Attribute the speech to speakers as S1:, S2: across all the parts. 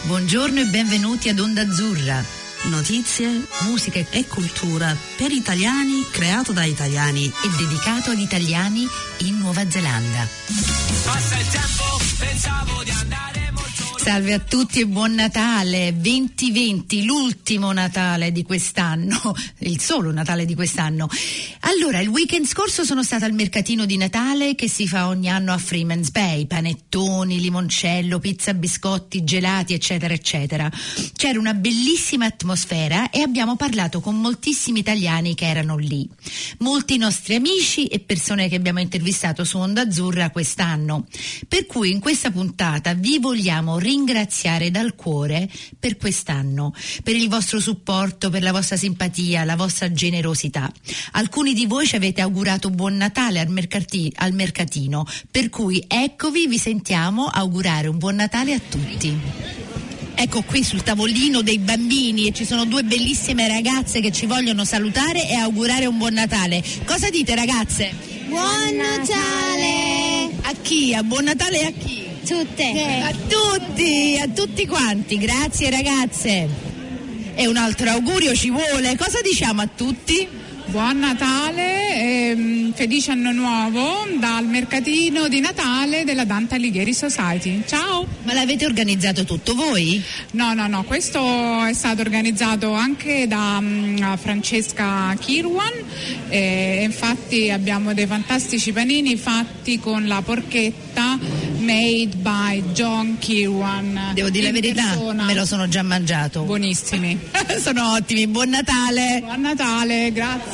S1: Buongiorno e benvenuti ad Onda Azzurra.
S2: Notizie, musica e cultura per italiani, creato da italiani
S1: e dedicato ad italiani in Nuova Zelanda.
S3: Passa il tempo, pensavo di andare molto.
S1: Salve a tutti e buon Natale 2020, l'ultimo Natale di quest'anno, il solo Natale di quest'anno. Allora, il weekend scorso sono stata al mercatino di Natale che si fa ogni anno a Freeman's Bay, panettoni, limoncello, pizza, biscotti, gelati, eccetera, eccetera. C'era una bellissima atmosfera e abbiamo parlato con moltissimi italiani che erano lì. Molti nostri amici e persone che abbiamo intervistato su Onda Azzurra quest'anno. Per cui in questa puntata vi vogliamo ringraziare dal cuore per quest'anno, per il vostro supporto, per la vostra simpatia, la vostra generosità. Alcuni di voi ci avete augurato buon Natale al mercatino, per cui eccovi, vi sentiamo augurare un buon Natale a tutti. Ecco qui sul tavolino dei bambini e ci sono due bellissime ragazze che ci vogliono salutare e augurare un buon Natale. Cosa dite, ragazze?
S4: Buon Natale!
S1: A chi? A buon Natale a chi?
S4: Tutte.
S1: A tutti quanti, grazie ragazze. E un altro augurio ci vuole, cosa diciamo a tutti?
S5: Buon Natale e felice anno nuovo dal mercatino di Natale della Dante Alighieri Society. Ciao!
S1: Ma l'avete organizzato tutto voi?
S5: No, questo è stato organizzato anche da Francesca Kirwan e infatti abbiamo dei fantastici panini fatti con la porchetta made by John Kirwan.
S1: Devo dire la verità, me lo sono già mangiato.
S5: Buonissimi.
S1: Sono ottimi, buon Natale!
S5: Buon Natale, grazie.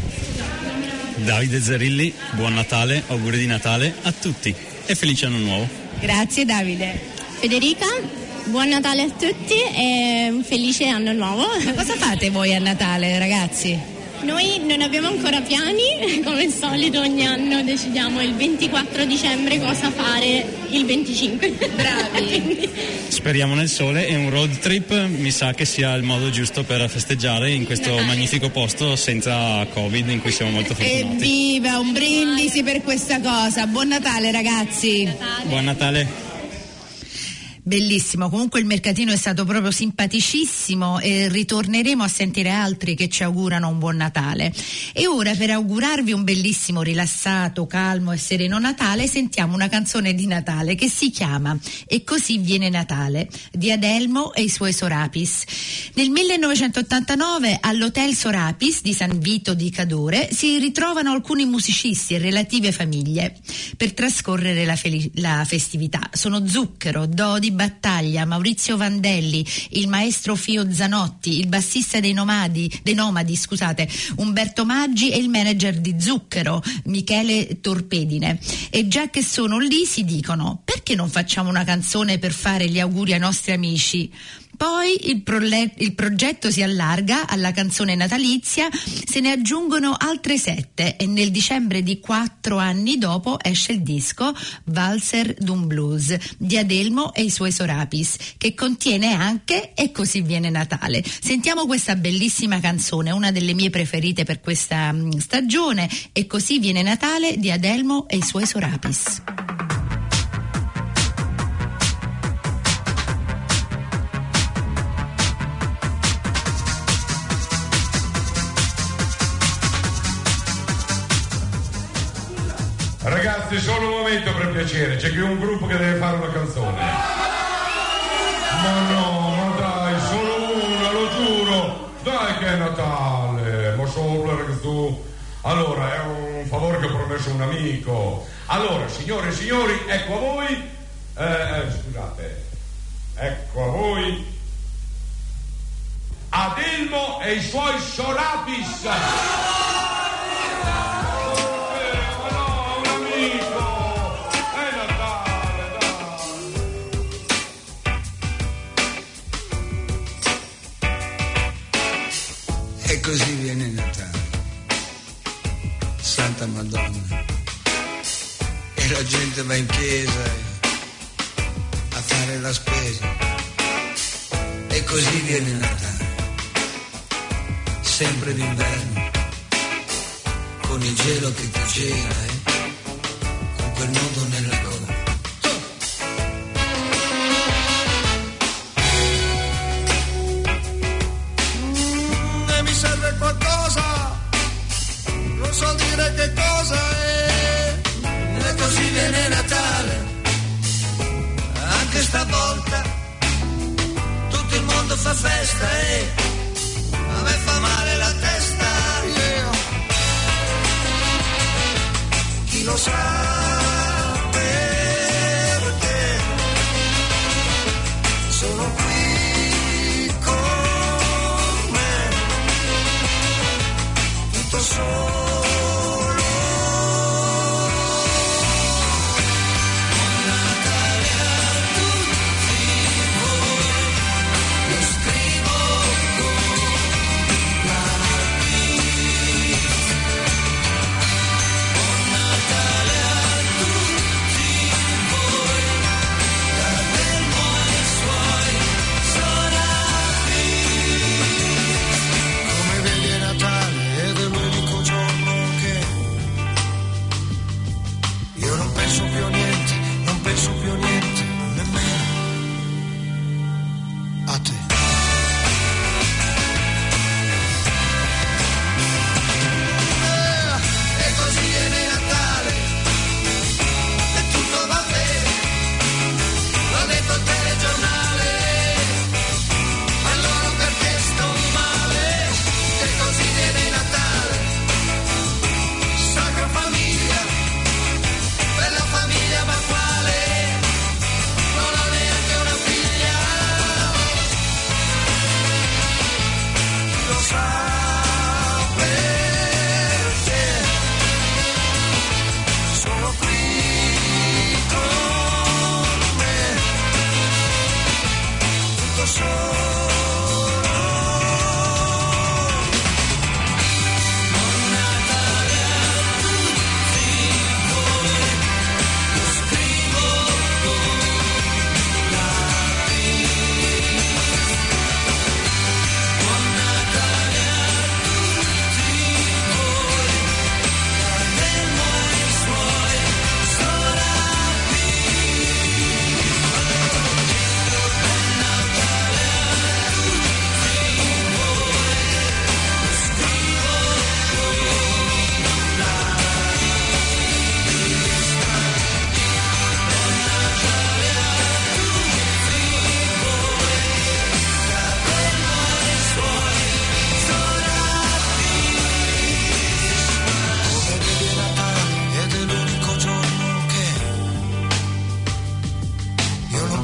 S6: Davide Zerilli, buon Natale, auguri di Natale a tutti e felice anno nuovo.
S1: Grazie Davide.
S4: Federica, buon Natale a tutti e un felice anno nuovo.
S1: Cosa fate voi a Natale, ragazzi?
S4: Noi non abbiamo ancora piani, come al solito ogni anno decidiamo il 24 dicembre cosa fare il 25.
S1: Bravi.
S6: Speriamo nel sole e un road trip mi sa che sia il modo giusto per festeggiare in questo magnifico posto senza Covid in cui siamo molto fortunati.
S1: Evviva, un brindisi per questa cosa. Buon Natale ragazzi.
S6: Buon Natale.
S1: Bellissimo, comunque il mercatino è stato proprio simpaticissimo e ritorneremo a sentire altri che ci augurano un buon Natale. E ora, per augurarvi un bellissimo, rilassato, calmo e sereno Natale, sentiamo una canzone di Natale che si chiama E così viene Natale, di Adelmo e i suoi Sorapis. Nel 1989 all'Hotel Sorapis di San Vito di Cadore si ritrovano alcuni musicisti e relative famiglie per trascorrere la festività. Sono Zucchero, Dodi Battaglia, Maurizio Vandelli, il maestro Fio Zanotti, il bassista dei Nomadi, Umberto Maggi e il manager di Zucchero, Michele Torpedine. E già che sono lì si dicono: perché non facciamo una canzone per fare gli auguri ai nostri amici? Poi il progetto si allarga alla canzone natalizia, se ne aggiungono altre 7 e nel dicembre di 4 anni dopo esce il disco Valzer d'un Blues di Adelmo e i suoi Sorapis, che contiene anche E così viene Natale. Sentiamo questa bellissima canzone, una delle mie preferite per questa stagione, E così viene Natale di Adelmo e i suoi Sorapis.
S7: Ragazzi, solo un momento per piacere, c'è qui un gruppo che deve fare una canzone. Ma no, ma dai, solo una, lo giuro. Dai che è Natale, ma solo ragazzi. Allora, è un favore che ho promesso a un amico. Allora, signore e signori, ecco a voi. Scusate. Ecco a voi. Adelmo e i suoi Sorapis.
S8: E così viene Natale, Santa Madonna, e la gente va in chiesa a fare la spesa, e così viene Natale, sempre d'inverno, con il gelo che ti gela, con quel nodo nella gola.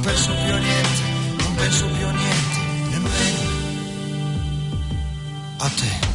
S8: penso più a niente, non penso più a niente, nemmeno a te.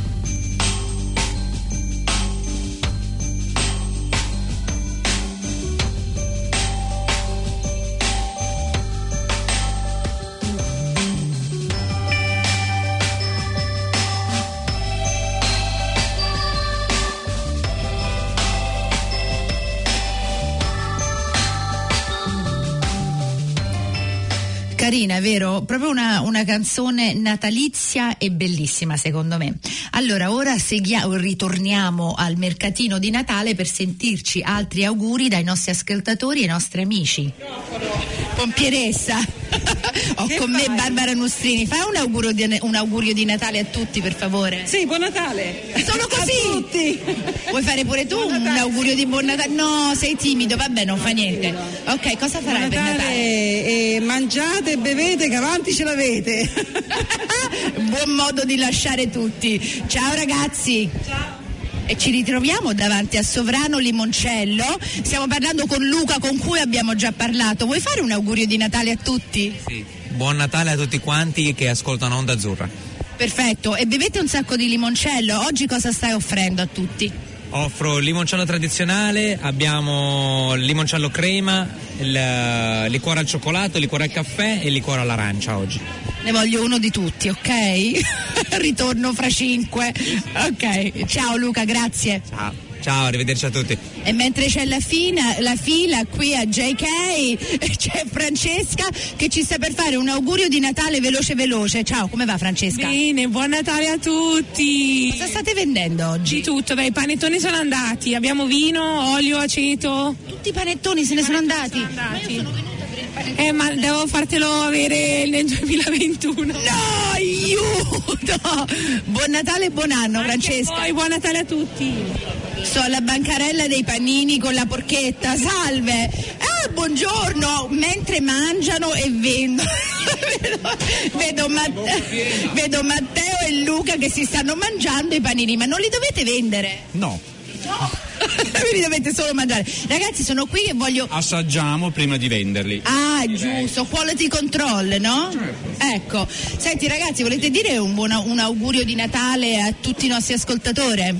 S1: Carina, vero? Proprio una canzone natalizia e bellissima secondo me. Allora, ora ritorniamo al mercatino di Natale per sentirci altri auguri dai nostri ascoltatori e nostri amici. Pompieressa, ho con me Barbara Nustrini. Fai un augurio di Natale a tutti, per favore.
S9: Sì, buon Natale.
S1: Solo così?
S9: A tutti.
S1: Vuoi fare pure tu un augurio di buon Natale? No, sei timido, vabbè, non fa niente. Ok, cosa farai per Natale?
S9: Mangiate e bevete, che avanti ce l'avete.
S1: Buon modo di lasciare tutti. Ciao ragazzi.
S9: Ciao.
S1: E ci ritroviamo davanti a Sovrano Limoncello. Stiamo parlando con Luca, con cui abbiamo già parlato. Vuoi fare un augurio di Natale a tutti?
S10: Sì. Buon Natale a tutti quanti che ascoltano Onda Azzurra.
S1: Perfetto. E bevete un sacco di limoncello. Oggi cosa stai offrendo a tutti?
S10: Offro il limoncello tradizionale, abbiamo il limoncello crema, il liquore al cioccolato, il liquore al caffè e il liquore all'arancia oggi.
S1: Ne voglio uno di tutti, ok? Ritorno fra 5. Ok, ciao Luca, grazie.
S10: Ciao, arrivederci a tutti.
S1: E mentre c'è la fila qui a JK, c'è Francesca che ci sta per fare un augurio di Natale veloce. Ciao, come va Francesca?
S11: Bene, buon Natale a tutti.
S1: Cosa state vendendo oggi?
S11: Di tutto, i panettoni sono andati, abbiamo vino, olio, aceto.
S1: Tutti i panettoni se ne sono andati.
S11: Ma io sono venuta per il panettone. Ma devo fartelo avere nel 2021.
S1: No, aiuto! Buon Natale e buon anno, Francesca.
S11: Poi buon Natale a tutti.
S1: Sto alla bancarella dei panini con la porchetta, salve! Buongiorno! Mentre mangiano e vendono, vedo Matteo e Luca che si stanno mangiando i panini, ma non li dovete vendere?
S6: No.
S1: Ve li dovete solo mangiare. Ragazzi, sono qui e voglio...
S6: Assaggiamo prima di venderli.
S1: Ah, giusto, quality control, no? Certo. Ecco, senti ragazzi, volete dire un augurio di Natale a tutti i nostri ascoltatori?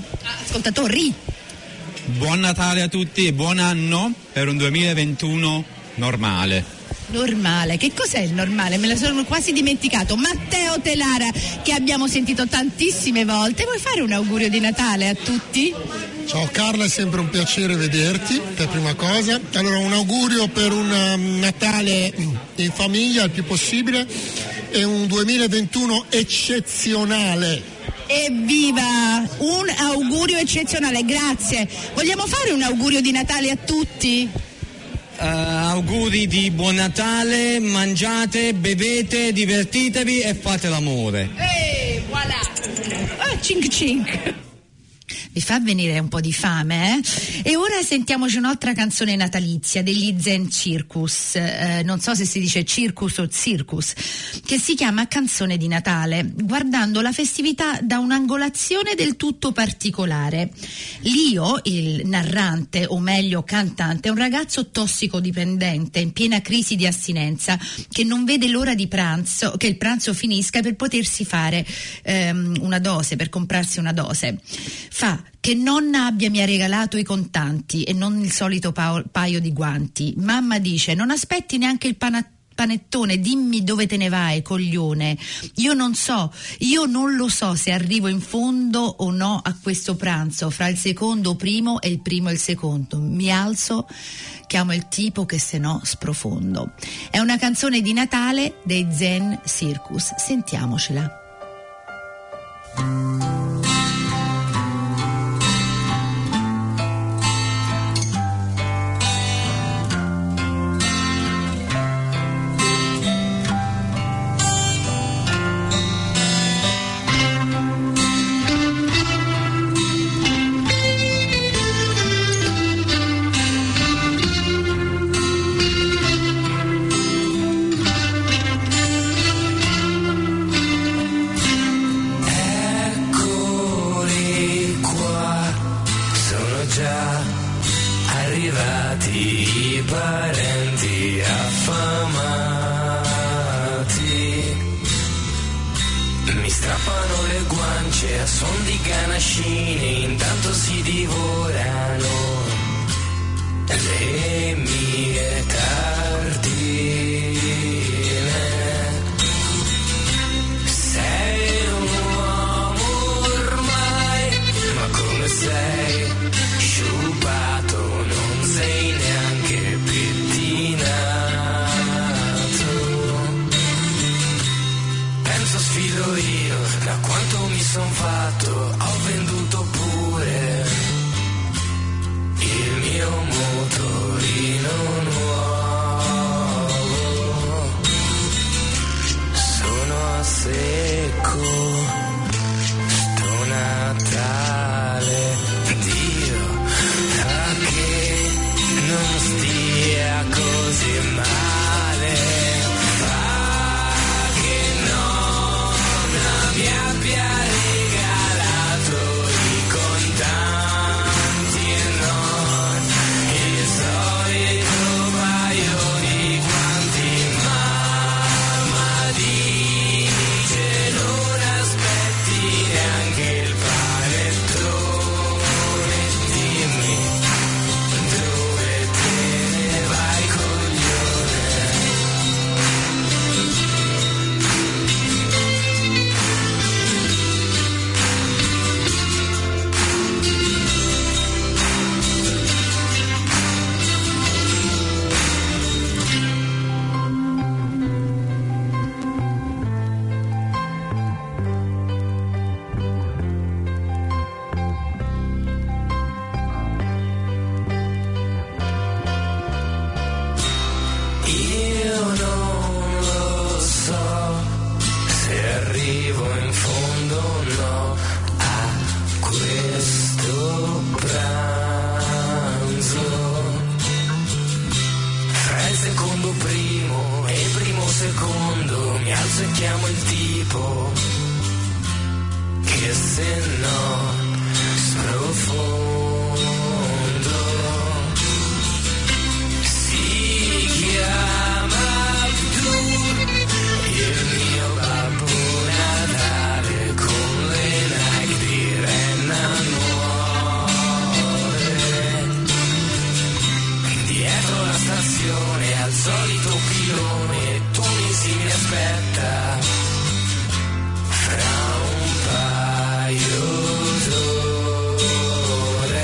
S6: Buon Natale a tutti e buon anno per un 2021 normale.
S1: Normale, che cos'è il normale? Me la sono quasi dimenticato. Matteo Telara, che abbiamo sentito tantissime volte, vuoi fare un augurio di Natale a tutti?
S12: Ciao Carla, è sempre un piacere vederti, per prima cosa. Allora, un augurio per un Natale in famiglia il più possibile e un 2021 eccezionale.
S1: Evviva! Un augurio eccezionale, grazie. Vogliamo fare un augurio di Natale a tutti?
S13: Auguri di buon Natale, mangiate, bevete, divertitevi e fate l'amore.
S1: Voilà! Cink cink! Vi fa venire un po' di fame, eh? E ora sentiamoci un'altra canzone natalizia degli Zen Circus, non so se si dice circus o circus, che si chiama Canzone di Natale, guardando la festività da un'angolazione del tutto particolare. Lio, il narrante, o meglio cantante, è un ragazzo tossicodipendente in piena crisi di astinenza che non vede l'ora di pranzo, che il pranzo finisca per potersi fare una dose, per comprarsi una dose. Fa che nonna mi ha regalato i contanti e non il solito paio di guanti. Mamma dice: non aspetti neanche il panettone, dimmi dove te ne vai, coglione. Io non lo so se arrivo in fondo o no a questo pranzo, fra il secondo primo e il secondo. Mi alzo, chiamo il tipo che se no sprofondo. È una canzone di Natale dei Zen Circus. Sentiamocela.
S3: luce a suon di ganascine, intanto si divorano le mie tardine. Sei un uomo ormai, ma come sei sciupato, non sei neanche pettinato. Penso sfido io, da quanto mi son fatto, ho venduto pure il mio motorino nuovo. Sono a secco, sto Natale, Dio sa che non stia così male. Fa che nonna mi abbia regalato i contanti e non il solito paio di guanti. Mamma dice non aspetti neanche il panettone, dimmi dove te ne vai, coglione. Io non lo so se arrivo in fondo o no a questo pranzo. Fra il secondo primo e il primo secondo mi alzo e chiamo il tipo che se no sprofondo. Si chiama Abdul, il mio babbo Natale, con le Nike di renna nuove. Dietro la stazione al solito pilone, Tunisi mi aspetta fra un paio d'ore.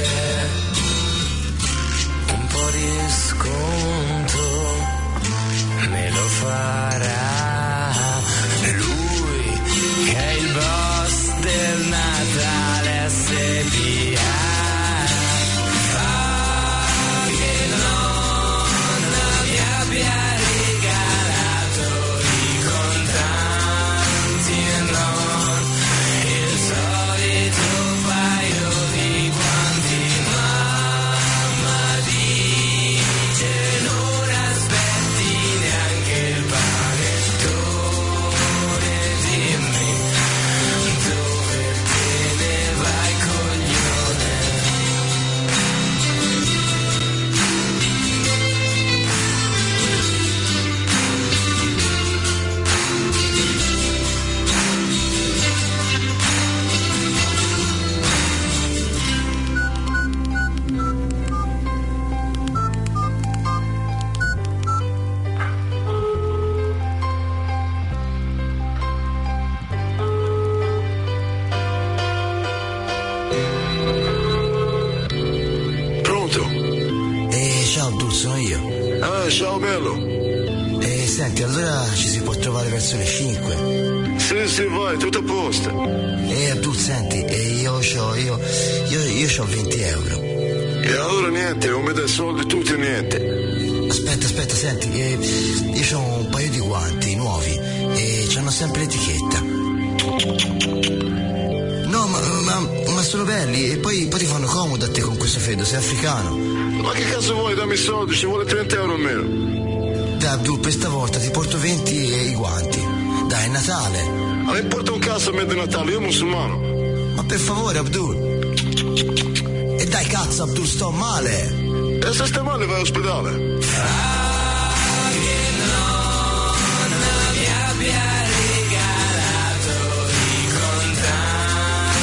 S3: Un po' di sconto me lo farà lui che è il boss del Natale SPA. Fa che nonna mi abbia regalato i contanti e non il solito paio di guanti. Mamma dice non aspetti neanche il panettone, dimmi dove te ne vai, coglione.
S14: Pronto?
S8: Ciao Abdul, sono io.
S14: Ah, ciao bello.
S8: Senti, allora ci si può trovare verso le 5.
S14: Sì, vai, tutto a posto.
S8: Abdul, senti, io c'ho 20 euro.
S14: E allora niente, non mi dai soldi tutti o niente.
S8: Aspetta, senti, io c'ho un paio di guanti nuovi e c'hanno sempre l'etichetta. No, ma sono belli e poi ti fanno comodo a te con questo freddo, sei africano.
S14: Ma che cazzo vuoi? Dammi i soldi, ci vuole 30 euro almeno.
S8: Dai Abdul, per stavolta ti porto 20 e i guanti. Dai, è Natale.
S14: Ma mi importa un cazzo a me di Natale, io musulmano.
S8: Ma per favore Abdul. E dai cazzo Abdul, sto male.
S14: E se stai male vai all'ospedale.
S3: Mi abbia regalato i contanti.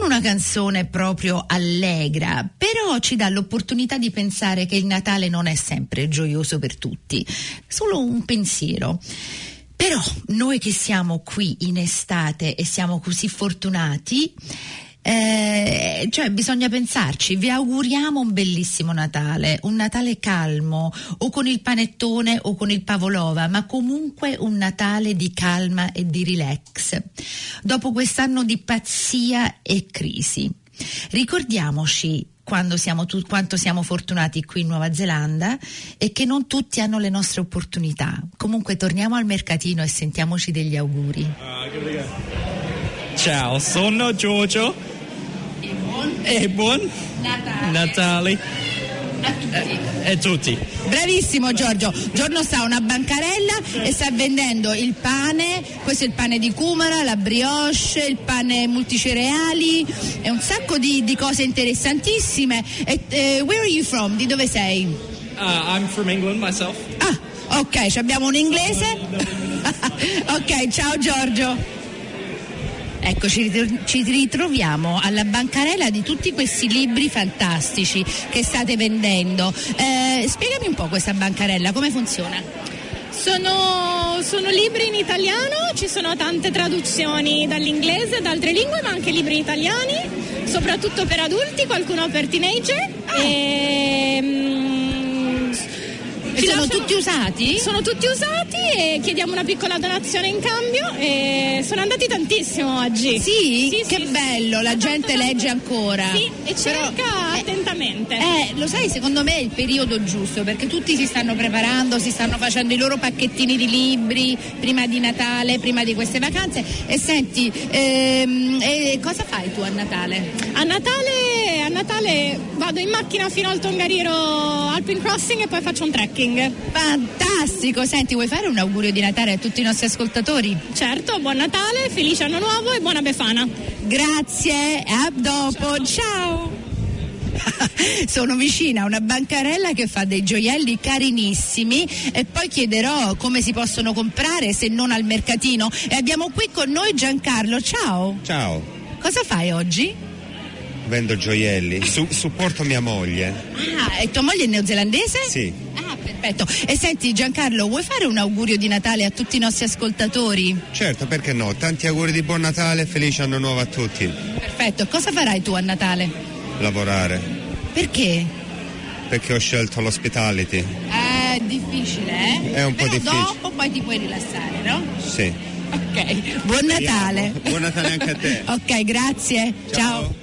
S1: non una canzone proprio allegra, però ci dà l'opportunità di pensare che il Natale non è sempre gioioso per tutti, solo un pensiero. Però noi che siamo qui in estate e siamo così fortunati, cioè bisogna pensarci. Vi auguriamo un bellissimo Natale, un Natale calmo, o con il panettone o con il pavlova, ma comunque un Natale di calma e di relax dopo quest'anno di pazzia e crisi. Ricordiamoci quanto siamo fortunati qui in Nuova Zelanda e che non tutti hanno le nostre opportunità. Comunque torniamo al mercatino e sentiamoci degli auguri.
S15: Ciao, sono Giorgio e buon Natale a tutti.
S1: Bravissimo Giorgio. Giorgio sta a una bancarella e sta vendendo il pane. Questo è il pane di Cumara, la brioche, il pane multicereali e un sacco di cose interessantissime. Where are you from? Di dove sei?
S15: I'm from England myself.
S1: Ah, ok, abbiamo un inglese. Ok, ciao Giorgio. Ecco, ci ritroviamo alla bancarella di tutti questi libri fantastici che state vendendo. Spiegami un po' questa bancarella, come funziona?
S4: Sono libri in italiano, ci sono tante traduzioni dall'inglese, da altre lingue, ma anche libri italiani, soprattutto per adulti, qualcuno per teenager.
S1: Sono tutti usati?
S4: Sono tutti usati e chiediamo una piccola donazione in cambio e sono andati tantissimo oggi.
S1: Sì? Che bello, la gente legge ancora.
S4: Sì, e cerca attentamente.
S1: Lo sai, secondo me è il periodo giusto perché tutti si stanno preparando, si stanno facendo i loro pacchettini di libri prima di Natale, prima di queste vacanze. E senti, cosa fai tu a Natale?
S4: A Natale vado in macchina fino al Tongariro Alpine Crossing e poi faccio un trekking.
S1: Fantastico, senti, vuoi fare un augurio di Natale a tutti i nostri ascoltatori?
S4: Certo, buon Natale, felice anno nuovo e buona Befana.
S1: Grazie, a dopo, ciao. Sono vicina a una bancarella che fa dei gioielli carinissimi e poi chiederò come si possono comprare se non al mercatino. E abbiamo qui con noi Giancarlo, ciao.
S16: Ciao.
S1: Cosa fai oggi?
S16: Vendo gioielli, supporto mia moglie.
S1: Ah, e tua moglie è neozelandese?
S16: Sì.
S1: Ah, perfetto. E senti Giancarlo, vuoi fare un augurio di Natale a tutti i nostri ascoltatori?
S16: Certo, perché no? Tanti auguri di buon Natale, felice anno nuovo a tutti.
S1: Perfetto, cosa farai tu a Natale?
S16: Lavorare.
S1: Perché?
S16: Perché ho scelto l'hospitality.
S1: È difficile, eh?
S16: È un po' difficile.
S1: Dopo poi ti puoi rilassare, no?
S16: Sì.
S1: Ok, buon Natale.
S16: Buon Natale anche a te.
S1: Ok, grazie. Ciao.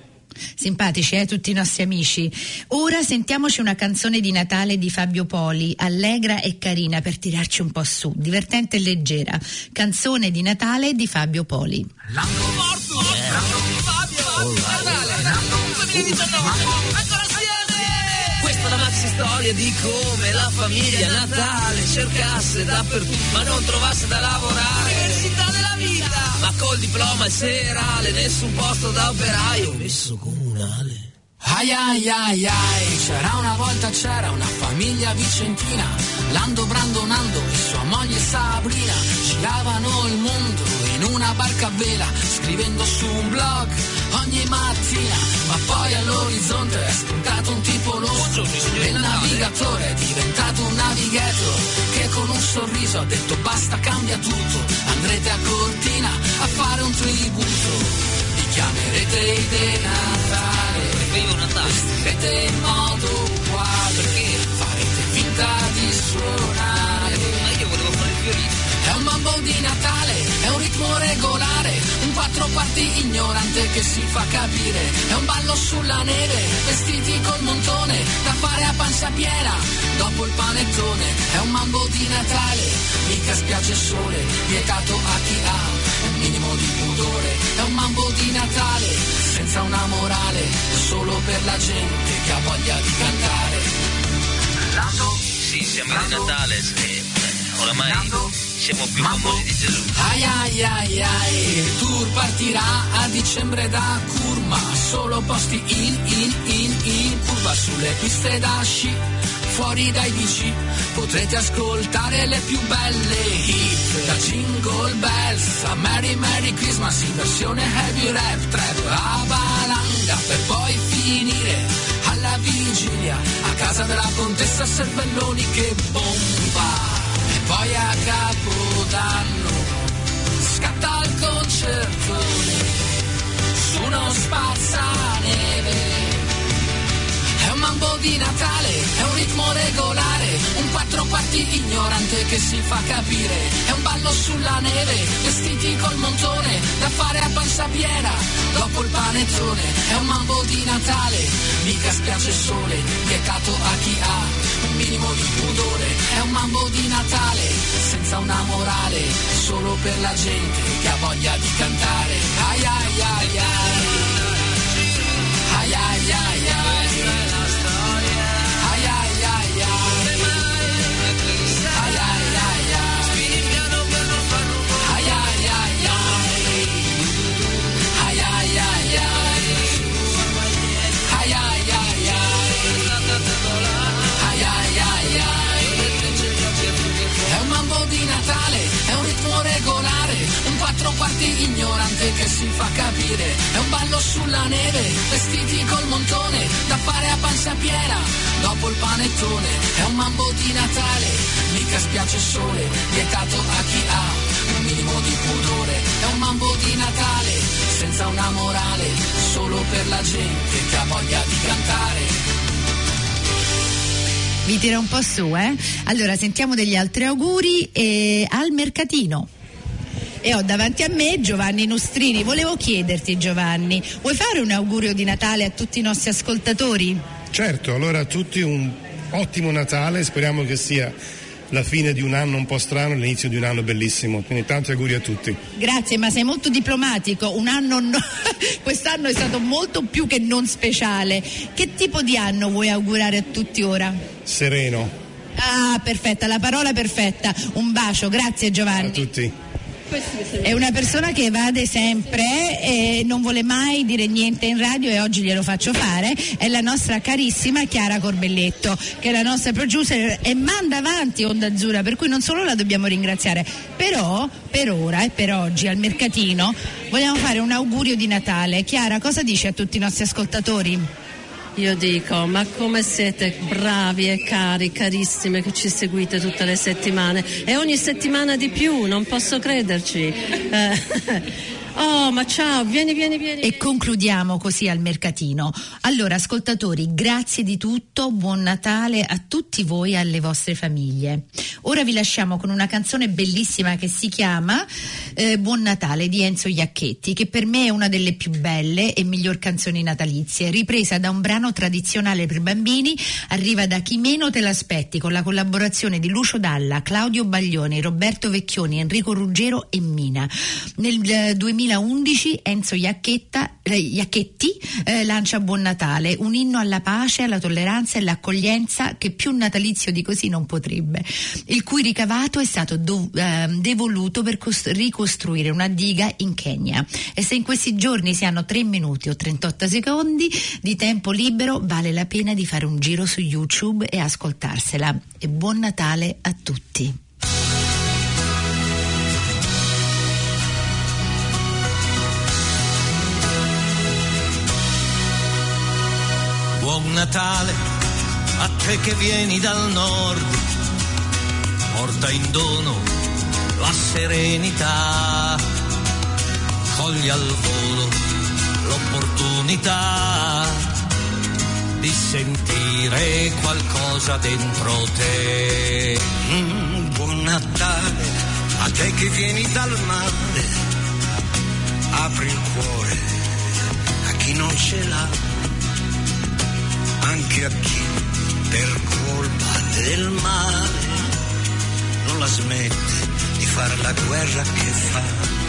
S1: Simpatici, tutti i nostri amici. Ora sentiamoci una canzone di Natale di Fabio Poli, allegra e carina per tirarci un po' su, divertente e leggera. Canzone di Natale di Fabio Poli.
S3: L'anno morto, l'anno di Fabio, Natale, l'anno 2019, ancora assieme! Questa è la maxi storia di come la famiglia Natale cercasse dappertutto ma non trovasse da lavorare. Università della vita, ma col diploma il serale, nessun posto da operaio, messo comunale. Ai ai ai ai, c'era una famiglia vicentina, Lando Brandonando e sua moglie Sabrina, giravano il mondo in una barca a vela, scrivendo su un blog ogni mattina, ma poi all'orizzonte è spuntato un tipo losco, e il navigatore è diventato un navigator, che con un sorriso ha detto basta, cambia tutto, andrete a Cortina a fare un tributo, vi chiamerete Ide Natale, vestirete in modo uguale, perché farete finta di suonare, ma io volevo fare il violino. È un mambo di Natale, è un ritmo regolare, un quattro parti ignorante che si fa capire, è un ballo sulla neve, vestiti col montone, da fare a pancia piena, dopo il panettone, è un mambo di Natale, mica spiaggia e sole, vietato a chi ha un minimo di pudore, è un mambo di Natale, senza una morale, solo per la gente che ha voglia di cantare.
S17: Sì, siamo di Natale, oramai siamo più famosi di Gesù.
S3: Ai ai ai ai, il tour partirà a dicembre da Curma, solo posti in curva sulle piste da sci, fuori dai PC potrete ascoltare le più belle hit, da Jingle Bells a Merry Christmas in versione heavy rap, trap, a valanga, per poi finire alla vigilia a casa della contessa Cervelloni che bomba. E poi a Capodanno scatta il concertone su uno spazzaneve. È un mambo di Natale, è un ritmo regolare, un 4/4 ignorante che si fa capire. È un ballo sulla neve, vestiti col montone, da fare a pancia piena, dopo il panettone. È un mambo di Natale, mica spiace sole, vietato a chi ha un minimo di pudore. È un mambo di Natale, senza una morale, solo per la gente che ha voglia di cantare. Ai ai ai ai, ai ai ai ai. Un 4/4 ignorante che si fa capire. È un ballo sulla neve, vestiti col montone, da fare a pancia piena, dopo il panettone. È un mambo di Natale, mica spiace sole, vietato a chi ha un minimo di pudore. È un mambo di Natale, senza una morale, solo per la gente che ha voglia di cantare.
S1: Vi tira un po' su, Allora sentiamo degli altri auguri al mercatino. E ho davanti a me Giovanni Nustrini. Volevo chiederti, Giovanni, vuoi fare un augurio di Natale a tutti i nostri ascoltatori?
S18: Certo, allora a tutti un ottimo Natale, speriamo che sia la fine di un anno un po' strano, l'inizio di un anno bellissimo, quindi tanti auguri a tutti.
S1: Grazie, ma sei molto diplomatico, un anno quest'anno è stato molto più che non speciale. Che tipo di anno vuoi augurare a tutti ora?
S18: Sereno.
S1: Ah, perfetta, la parola perfetta. Un bacio, grazie Giovanni.
S18: A tutti.
S1: È una persona che evade sempre e non vuole mai dire niente in radio e oggi glielo faccio fare. È la nostra carissima Chiara Corbelletto, che è la nostra producer e manda avanti Onda Azzurra, per cui non solo la dobbiamo ringraziare, però per ora e per oggi al mercatino vogliamo fare un augurio di Natale. Chiara, cosa dici a tutti i nostri ascoltatori?
S19: Io dico, ma come siete bravi e carissime che ci seguite tutte le settimane e ogni settimana di più, non posso crederci. Oh, ma ciao, vieni.
S1: E concludiamo così al mercatino. Allora, ascoltatori, grazie di tutto, buon Natale a tutti voi e alle vostre famiglie. Ora vi lasciamo con una canzone bellissima che si chiama Buon Natale di Enzo Iacchetti, che per me è una delle più belle e miglior canzoni natalizie, ripresa da un brano tradizionale per bambini, arriva da Chi meno te l'aspetti, con la collaborazione di Lucio Dalla, Claudio Baglioni, Roberto Vecchioni, Enrico Ruggero e Mina. Nel 2011 Enzo Iacchetti lancia Buon Natale, un inno alla pace, alla tolleranza e all'accoglienza che più natalizio di così non potrebbe, il cui ricavato è stato devoluto per ricostruire una diga in Kenya. E se in questi giorni si hanno 3 minuti o 38 secondi di tempo libero, vale la pena di fare un giro su YouTube e ascoltarsela. E buon Natale a tutti.
S20: Buon Natale a te che vieni dal nord, porta in dono la serenità, cogli al volo l'opportunità di sentire qualcosa dentro te.
S8: Buon Natale a te che vieni dal mare, apri il cuore a chi non ce l'ha, anche a chi per colpa del male non la smette di fare la guerra che fa,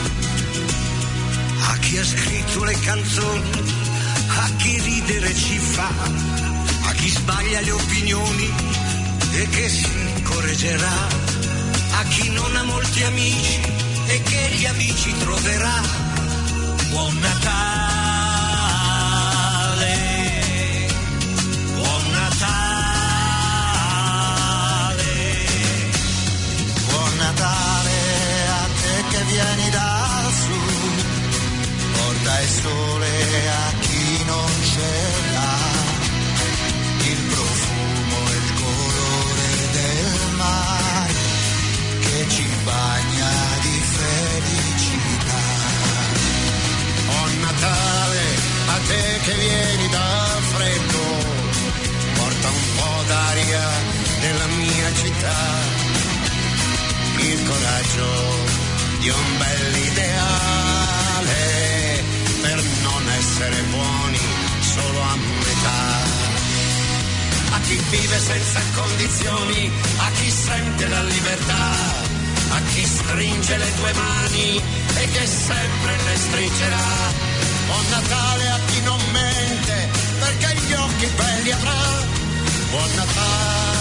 S8: a chi ha scritto le canzoni, a chi ridere ci fa, a chi sbaglia le opinioni e che si correggerà, a chi non ha molti amici e che gli amici troverà.
S20: Buon Natale, buon Natale,
S8: vieni dal sud, porta il sole a chi non ce l'ha, il profumo e il colore del mare che ci bagna di felicità. Oh Natale, a te che vieni dal freddo, porta un po' d'aria nella mia città, il coraggio di un bell'ideale per non essere buoni solo a metà. A chi vive senza condizioni, a chi sente la libertà, a chi stringe le tue mani e che sempre le stringerà. Buon Natale a chi non mente perché gli occhi belli avrà. Buon Natale.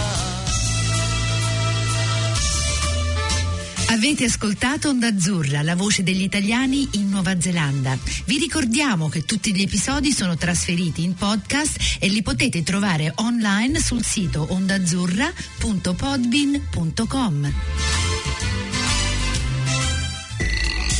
S1: Avete ascoltato Onda Azzurra, la voce degli italiani in Nuova Zelanda. Vi ricordiamo che tutti gli episodi sono trasferiti in podcast e li potete trovare online sul sito ondaazzurra.podbean.com.